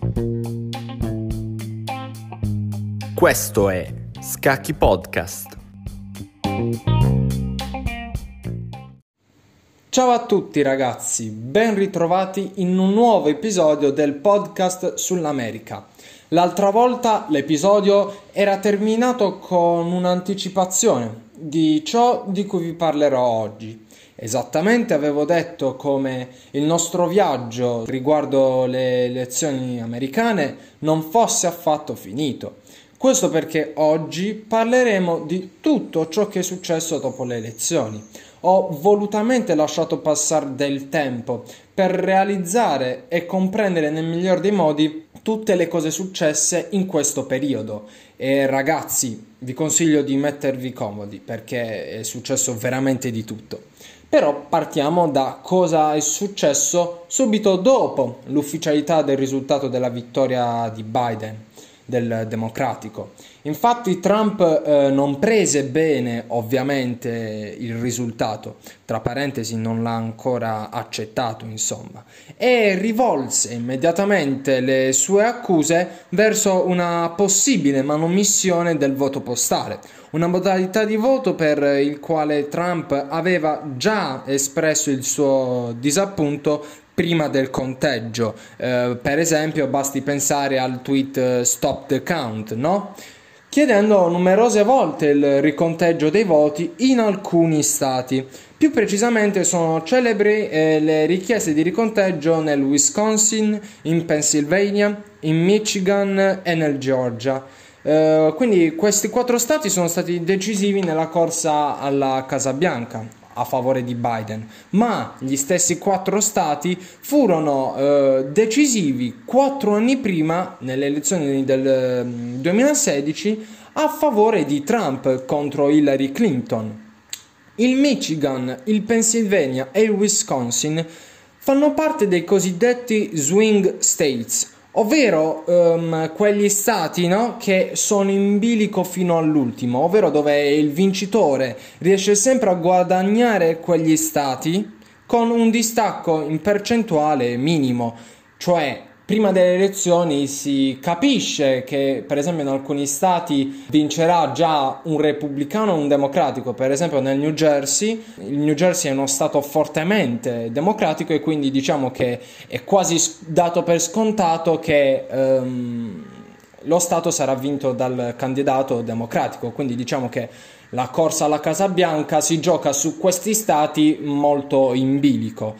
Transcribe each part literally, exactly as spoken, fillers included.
Questo è Scacchi Podcast. Ciao a tutti ragazzi, ben ritrovati in un nuovo episodio del podcast sull'America. L'altra volta l'episodio era terminato con un'anticipazione di ciò di cui vi parlerò oggi. Esattamente avevo detto come il nostro viaggio riguardo le elezioni americane non fosse affatto finito. Questo perché oggi parleremo di tutto ciò che è successo dopo le elezioni. Ho volutamente lasciato passare del tempo per realizzare e comprendere nel miglior dei modi tutte le cose successe in questo periodo. E ragazzi, vi consiglio di mettervi comodi perché è successo veramente di tutto. Però partiamo da cosa è successo subito dopo l'ufficialità del risultato della vittoria di Biden, del democratico. Infatti Trump eh, non prese bene ovviamente il risultato, tra parentesi non l'ha ancora accettato insomma, e rivolse immediatamente le sue accuse verso una possibile manomissione del voto postale, una modalità di voto per il quale Trump aveva già espresso il suo disappunto prima del conteggio. Eh, per esempio basti pensare al tweet uh, Stop the Count, no? Chiedendo numerose volte il riconteggio dei voti in alcuni stati. Più precisamente sono celebri eh, le richieste di riconteggio nel Wisconsin, in Pennsylvania, in Michigan e nel Georgia. Uh, quindi questi quattro stati sono stati decisivi nella corsa alla Casa Bianca a favore di Biden, ma gli stessi quattro stati furono uh, decisivi quattro anni prima, nelle elezioni del uh, duemilasedici, a favore di Trump contro Hillary Clinton. Il Michigan, il Pennsylvania e il Wisconsin fanno parte dei cosiddetti swing states, ovvero um, quegli stati, no, che sono in bilico fino all'ultimo, ovvero dove il vincitore riesce sempre a guadagnare quegli stati con un distacco in percentuale minimo. Cioè prima delle elezioni si capisce che per esempio in alcuni stati vincerà già un repubblicano o un democratico. Per esempio nel New Jersey, il New Jersey è uno stato fortemente democratico e quindi diciamo che è quasi dato per scontato che um, lo stato sarà vinto dal candidato democratico, quindi diciamo che la corsa alla Casa Bianca si gioca su questi stati molto in bilico.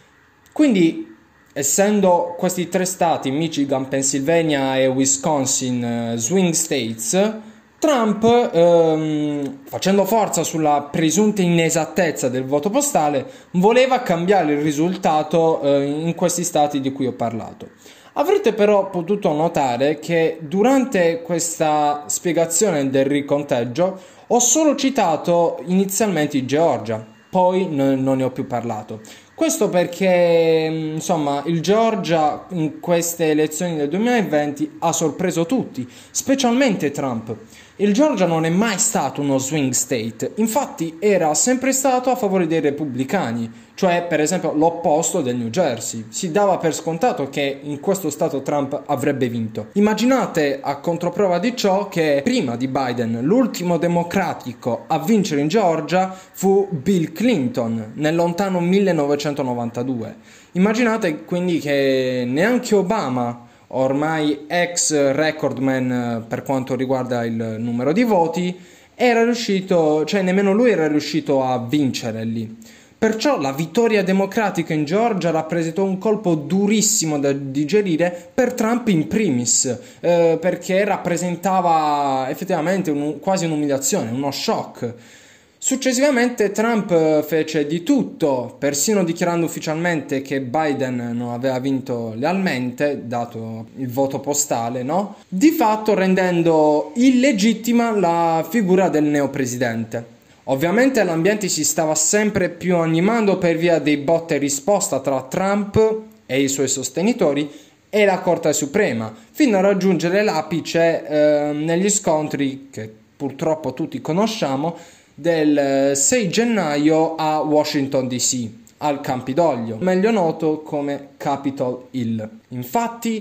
Quindi essendo questi tre stati, Michigan, Pennsylvania e Wisconsin, uh, swing states, Trump, ehm, facendo forza sulla presunta inesattezza del voto postale, voleva cambiare il risultato eh, in questi stati di cui ho parlato. Avrete però potuto notare che durante questa spiegazione del riconteggio ho solo citato inizialmente Georgia, poi n- non ne ho più parlato. Questo perché, insomma, il Georgia in queste elezioni del duemilaventi ha sorpreso tutti, specialmente Trump. Il Georgia non è mai stato uno swing state, infatti era sempre stato a favore dei repubblicani, cioè per esempio l'opposto del New Jersey. Si dava per scontato che in questo stato Trump avrebbe vinto. Immaginate a controprova di ciò che prima di Biden l'ultimo democratico a vincere in Georgia fu Bill Clinton nel lontano millenovecentonovantadue. Immaginate quindi che neanche Obama, ormai ex recordman per quanto riguarda il numero di voti, era riuscito, cioè nemmeno lui era riuscito a vincere lì. Perciò la vittoria democratica in Georgia rappresentò un colpo durissimo da digerire per Trump in primis, eh, perché rappresentava effettivamente un, quasi un'umiliazione, uno shock. Successivamente Trump fece di tutto, persino dichiarando ufficialmente che Biden non aveva vinto lealmente, dato il voto postale, no? Di fatto rendendo illegittima la figura del neopresidente. Ovviamente l'ambiente si stava sempre più animando per via dei botte e risposta tra Trump e i suoi sostenitori e la Corte Suprema, fino a raggiungere l'apice eh, negli scontri che purtroppo tutti conosciamo del sei gennaio a Washington D C, al Campidoglio, meglio noto come Capitol Hill. Infatti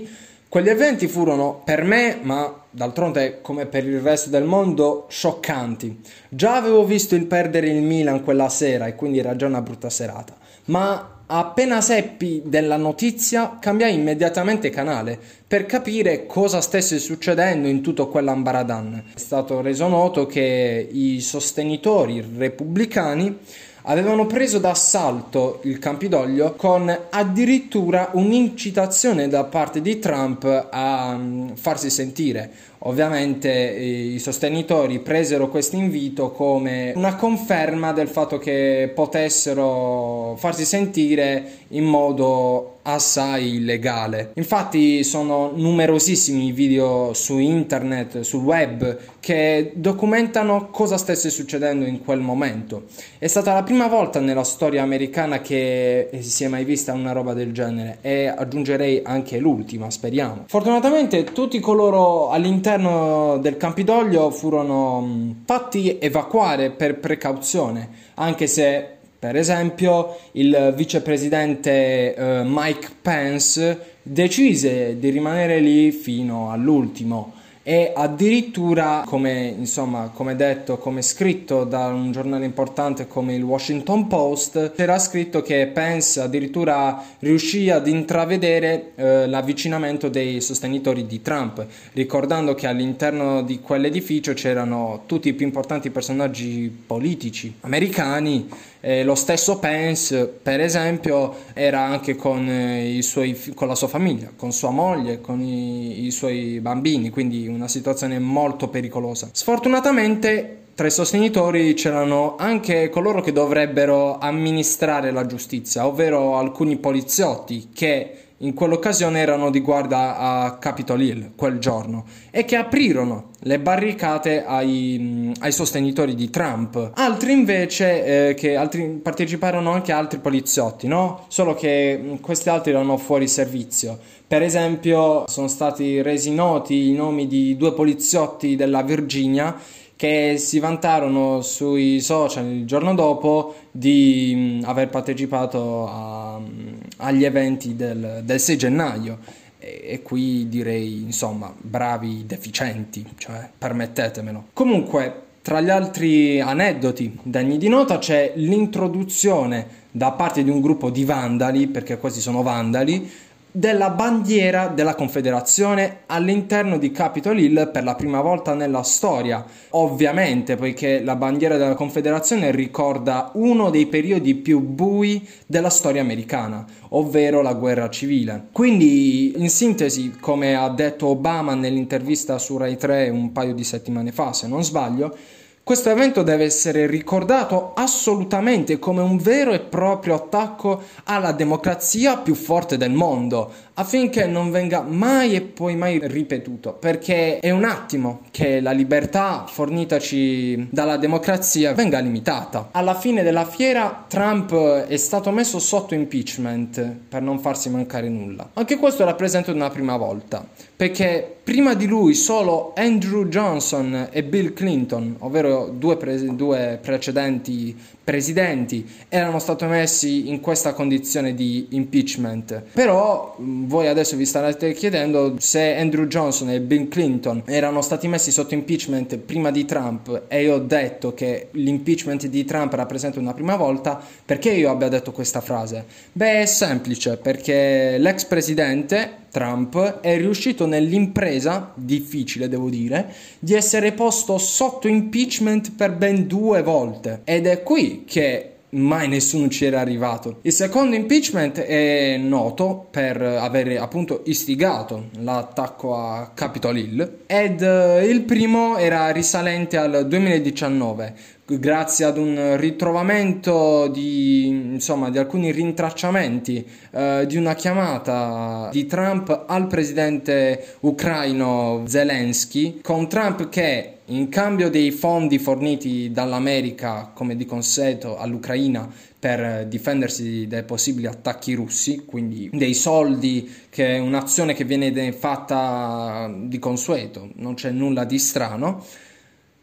Quegli eventi furono per me, ma d'altronde come per il resto del mondo, scioccanti. Già avevo visto il perdere il Milan quella sera e quindi era già una brutta serata, ma appena seppi della notizia cambiai immediatamente canale per capire cosa stesse succedendo in tutto quell'ambaradan. È stato reso noto che i sostenitori repubblicani avevano preso d'assalto il Campidoglio con addirittura un'incitazione da parte di Trump a um, farsi sentire. Ovviamente eh, i sostenitori presero questo invito come una conferma del fatto che potessero farsi sentire in modo assai illegale. Infatti sono numerosissimi i video su internet, sul web, che documentano cosa stesse succedendo in quel momento. È stata la prima volta nella storia americana che si è mai vista una roba del genere e aggiungerei anche l'ultima, speriamo. Fortunatamente tutti coloro all'interno del Campidoglio furono fatti evacuare per precauzione, anche se per esempio il vicepresidente eh, Mike Pence decise di rimanere lì fino all'ultimo e addirittura, come insomma, come detto, come scritto da un giornale importante come il Washington Post, c'era scritto che Pence addirittura riuscì ad intravedere eh, l'avvicinamento dei sostenitori di Trump, ricordando che all'interno di quell'edificio c'erano tutti i più importanti personaggi politici americani. Eh, lo stesso Pence, per esempio, era anche con, eh, i suoi, con la sua famiglia, con sua moglie, con i, i suoi bambini, quindi una situazione molto pericolosa. Sfortunatamente tra i sostenitori c'erano anche coloro che dovrebbero amministrare la giustizia, ovvero alcuni poliziotti che in quell'occasione erano di guardia a Capitol Hill quel giorno e che aprirono le barricate ai, ai sostenitori di Trump. Altri invece eh, che altri, parteciparono anche altri poliziotti, no? Solo che questi altri erano fuori servizio. Per esempio sono stati resi noti i nomi di due poliziotti della Virginia che si vantarono sui social il giorno dopo di mh, aver partecipato a, mh, agli eventi del, del sei gennaio. E, e qui direi, insomma, bravi deficienti, cioè permettetemelo. Comunque, tra gli altri aneddoti degni di nota c'è l'introduzione da parte di un gruppo di vandali, perché questi sono vandali, della bandiera della Confederazione all'interno di Capitol Hill per la prima volta nella storia. Ovviamente, poiché la bandiera della Confederazione ricorda uno dei periodi più bui della storia americana, ovvero la guerra civile. Quindi, in sintesi, come ha detto Obama nell'intervista su Rai tre un paio di settimane fa, se non sbaglio, questo evento deve essere ricordato assolutamente come un vero e proprio attacco alla democrazia più forte del mondo, affinché non venga mai e poi mai ripetuto, perché è un attimo che la libertà fornitaci dalla democrazia venga limitata. Alla fine della fiera Trump è stato messo sotto impeachment per non farsi mancare nulla. Anche questo rappresenta una prima volta, perché prima di lui solo Andrew Johnson e Bill Clinton, ovvero due, pre- due precedenti presidenti, erano stati messi in questa condizione di impeachment. Però voi adesso vi starete chiedendo se Andrew Johnson e Bill Clinton erano stati messi sotto impeachment prima di Trump e io ho detto che l'impeachment di Trump rappresenta una prima volta, perché io abbia detto questa frase? Beh, è semplice, perché l'ex presidente Trump è riuscito nell'impresa, difficile devo dire, di essere posto sotto impeachment per ben due volte, ed è qui che mai nessuno ci era arrivato. Il secondo impeachment è noto per aver appunto istigato l'attacco a Capitol Hill ed uh, il primo era risalente al duemiladiciannove, grazie ad un ritrovamento di, insomma, di alcuni rintracciamenti uh, di una chiamata di Trump al presidente ucraino Zelensky, con Trump che in cambio dei fondi forniti dall'America come di consueto all'Ucraina per difendersi dai possibili attacchi russi, quindi dei soldi, che è un'azione che viene fatta di consueto, non c'è nulla di strano,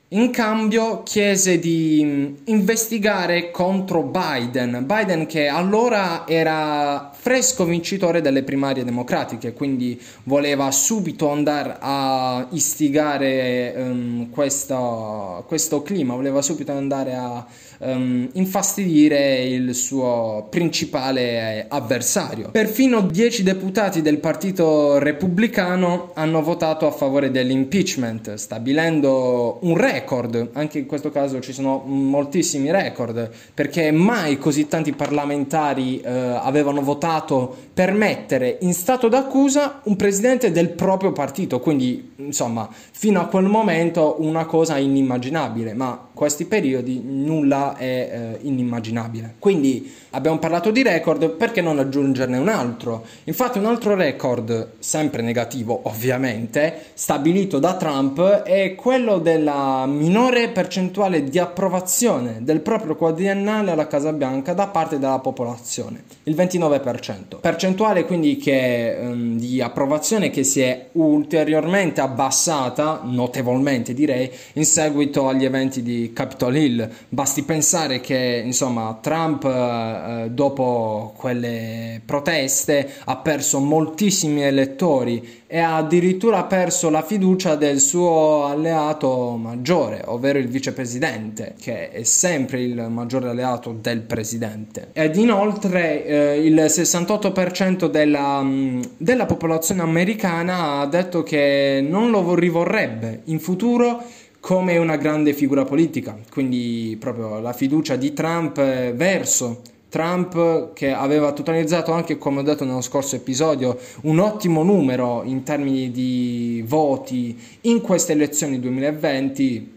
In cambio chiese di investigare contro Biden, Biden che allora era fresco vincitore delle primarie democratiche, quindi voleva subito andare a istigare um, questo, questo clima, voleva subito andare a um, infastidire il suo principale avversario. Perfino dieci deputati del partito repubblicano hanno votato a favore dell'impeachment, stabilendo un record. Record. Anche in questo caso ci sono moltissimi record, perché mai così tanti parlamentari eh, avevano votato per mettere in stato d'accusa un presidente del proprio partito, quindi insomma fino a quel momento una cosa inimmaginabile, ma questi periodi nulla è eh, inimmaginabile. Quindi abbiamo parlato di record, perché non aggiungerne un altro? Infatti un altro record, sempre negativo ovviamente, stabilito da Trump è quello della minore percentuale di approvazione del proprio quadriennale alla Casa Bianca da parte della popolazione, il ventinove per cento. Percentuale quindi che, ehm, di approvazione che si è ulteriormente abbassata, notevolmente direi, in seguito agli eventi di Capitol Hill. Basti pensare che insomma Trump eh, dopo quelle proteste ha perso moltissimi elettori e ha addirittura perso la fiducia del suo alleato maggiore, ovvero il vicepresidente, che è sempre il maggiore alleato del presidente. Ed inoltre eh, il sessantotto per cento della, della popolazione americana ha detto che non lo rivorrebbe in futuro come una grande figura politica, quindi proprio la fiducia di Trump verso Trump, che aveva totalizzato anche, come ho detto nello scorso episodio, un ottimo numero in termini di voti in queste elezioni duemilaventi,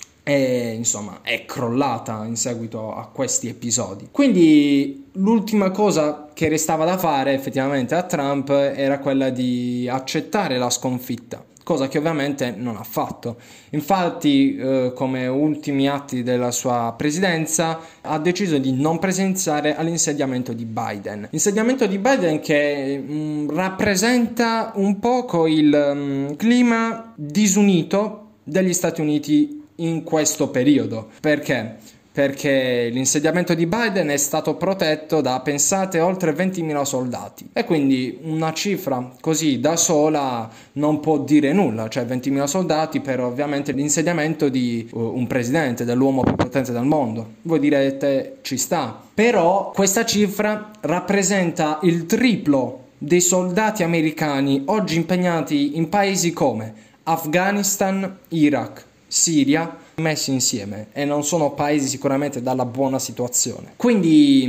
e insomma è crollata in seguito a questi episodi. Quindi l'ultima cosa che restava da fare effettivamente a Trump era quella di accettare la sconfitta, cosa che ovviamente non ha fatto. Infatti, eh, come ultimi atti della sua presidenza, ha deciso di non presenziare all'insediamento di Biden. Insediamento di Biden che mh, rappresenta un poco il mh, clima disunito degli Stati Uniti in questo periodo. Perché? Perché l'insediamento di Biden è stato protetto da, pensate, oltre ventimila soldati, e quindi una cifra così da sola non può dire nulla, cioè ventimila soldati per ovviamente l'insediamento di uh, un presidente, dell'uomo più potente del mondo. Voi direte ci sta, però questa cifra rappresenta il triplo dei soldati americani oggi impegnati in paesi come Afghanistan, Iraq, Siria, messi insieme, e non sono paesi sicuramente dalla buona situazione. Quindi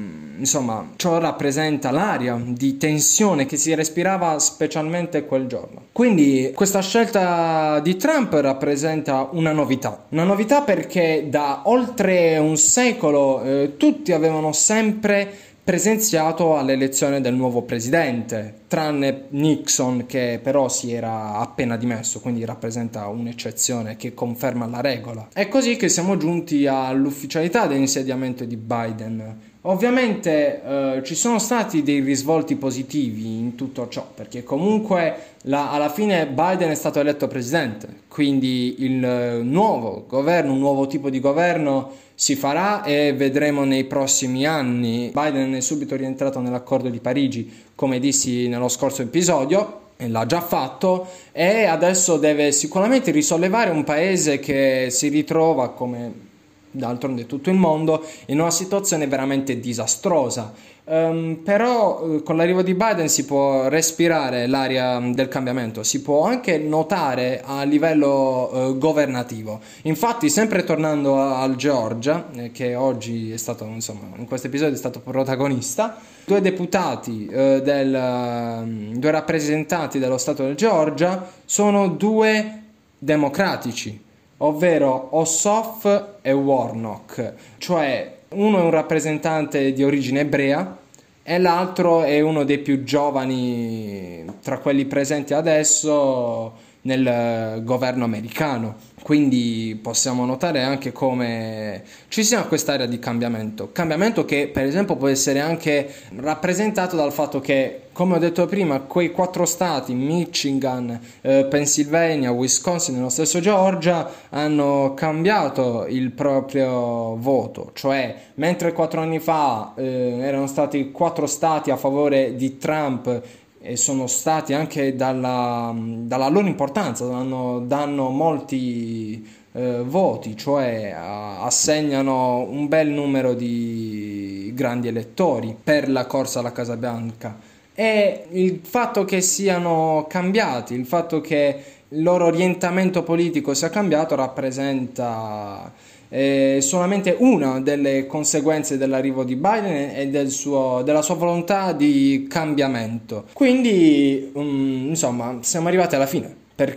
insomma ciò rappresenta l'aria di tensione che si respirava specialmente quel giorno. Quindi questa scelta di Trump rappresenta una novità, una novità perché da oltre un secolo eh, tutti avevano sempre presenziato all'elezione del nuovo presidente, tranne Nixon, che però si era appena dimesso, quindi rappresenta un'eccezione che conferma la regola. È così che siamo giunti all'ufficialità dell'insediamento di Biden. Ovviamente eh, ci sono stati dei risvolti positivi in tutto ciò, perché comunque la, alla fine Biden è stato eletto presidente, quindi il eh, nuovo governo, un nuovo tipo di governo si farà e vedremo nei prossimi anni. Biden è subito rientrato nell'accordo di Parigi, come dissi nello scorso episodio, e l'ha già fatto, e adesso deve sicuramente risollevare un paese che si ritrova, come d'altronde tutto il mondo, in una situazione veramente disastrosa. Um, però uh, con l'arrivo di Biden si può respirare l'aria del cambiamento, si può anche notare a livello uh, governativo. Infatti, sempre tornando a, al Georgia, eh, che oggi è stato, insomma, in questo episodio è stato protagonista, due deputati, uh, del, uh, due rappresentanti dello stato del Georgia sono due democratici, ovvero Ossoff e Warnock, cioè uno è un rappresentante di origine ebrea e l'altro è uno dei più giovani tra quelli presenti adesso, nel eh, governo americano. Quindi possiamo notare anche come ci sia quest'area di cambiamento, cambiamento che per esempio può essere anche rappresentato dal fatto che, come ho detto prima, quei quattro stati, Michigan, eh, Pennsylvania, Wisconsin e lo stesso Georgia, hanno cambiato il proprio voto, cioè mentre quattro anni fa eh, erano stati quattro stati a favore di Trump e sono stati anche dalla, dalla loro importanza, danno, danno molti eh, voti, cioè a, assegnano un bel numero di grandi elettori per la corsa alla Casa Bianca. E il fatto che siano cambiati, il fatto che il loro orientamento politico sia cambiato rappresenta eh, solamente una delle conseguenze dell'arrivo di Biden e del suo, della sua volontà di cambiamento. Quindi, um, insomma, siamo arrivati alla fine,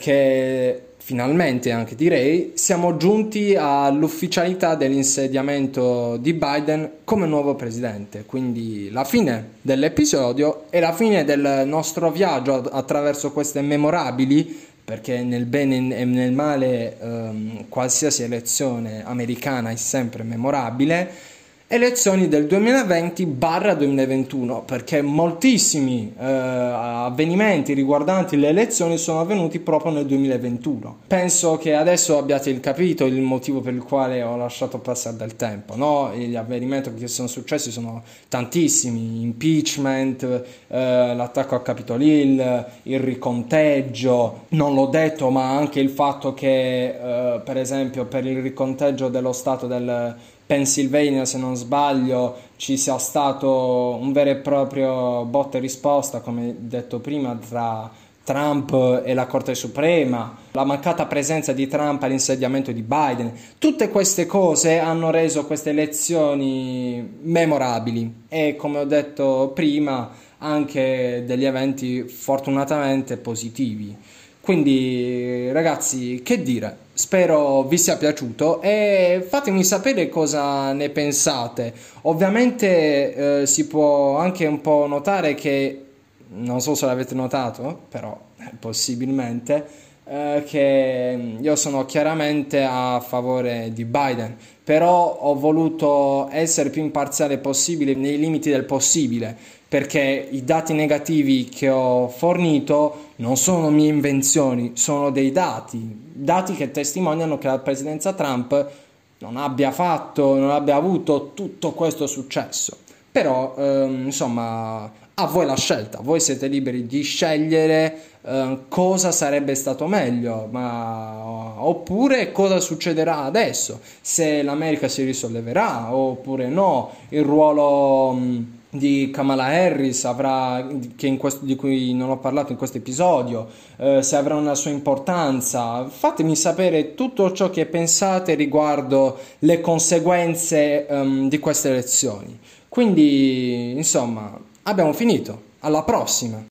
perché finalmente, anche direi, siamo giunti all'ufficialità dell'insediamento di Biden come nuovo presidente. Quindi la fine dell'episodio e la fine del nostro viaggio attraverso queste memorabili, perché nel bene e nel male ehm, qualsiasi elezione americana è sempre memorabile, elezioni del duemilaventi duemilaventuno, perché moltissimi eh, avvenimenti riguardanti le elezioni sono avvenuti proprio nel duemilaventuno. Penso che adesso abbiate capito il motivo per il quale ho lasciato passare del tempo, no? Gli avvenimenti che sono successi sono tantissimi: impeachment, eh, l'attacco a Capitol Hill, il riconteggio, non l'ho detto, ma anche il fatto che eh, per esempio per il riconteggio dello stato del Pennsylvania, se non sbaglio, ci sia stato un vero e proprio botta e risposta, come detto prima, tra Trump e la Corte Suprema, la mancata presenza di Trump all'insediamento di Biden. Tutte queste cose hanno reso queste elezioni memorabili e, come ho detto prima, anche degli eventi fortunatamente positivi. Quindi, ragazzi, che dire? Spero vi sia piaciuto e fatemi sapere cosa ne pensate. Ovviamente eh, si può anche un po' notare che, non so se l'avete notato, però eh, possibilmente, eh, che io sono chiaramente a favore di Biden, però ho voluto essere più imparziale possibile nei limiti del possibile, perché i dati negativi che ho fornito non sono mie invenzioni, sono dei dati, dati che testimoniano che la presidenza Trump non abbia fatto, non abbia avuto tutto questo successo. Però, ehm, insomma, a voi la scelta, voi siete liberi di scegliere eh, cosa sarebbe stato meglio, ma oppure cosa succederà adesso, se l'America si risolleverà oppure no, il ruolo mh, di Kamala Harris avrà, che in questo, di cui non ho parlato in questo episodio, eh, se avrà una sua importanza. Fatemi sapere tutto ciò che pensate riguardo le conseguenze um, di queste elezioni. Quindi, insomma, abbiamo finito. Alla prossima!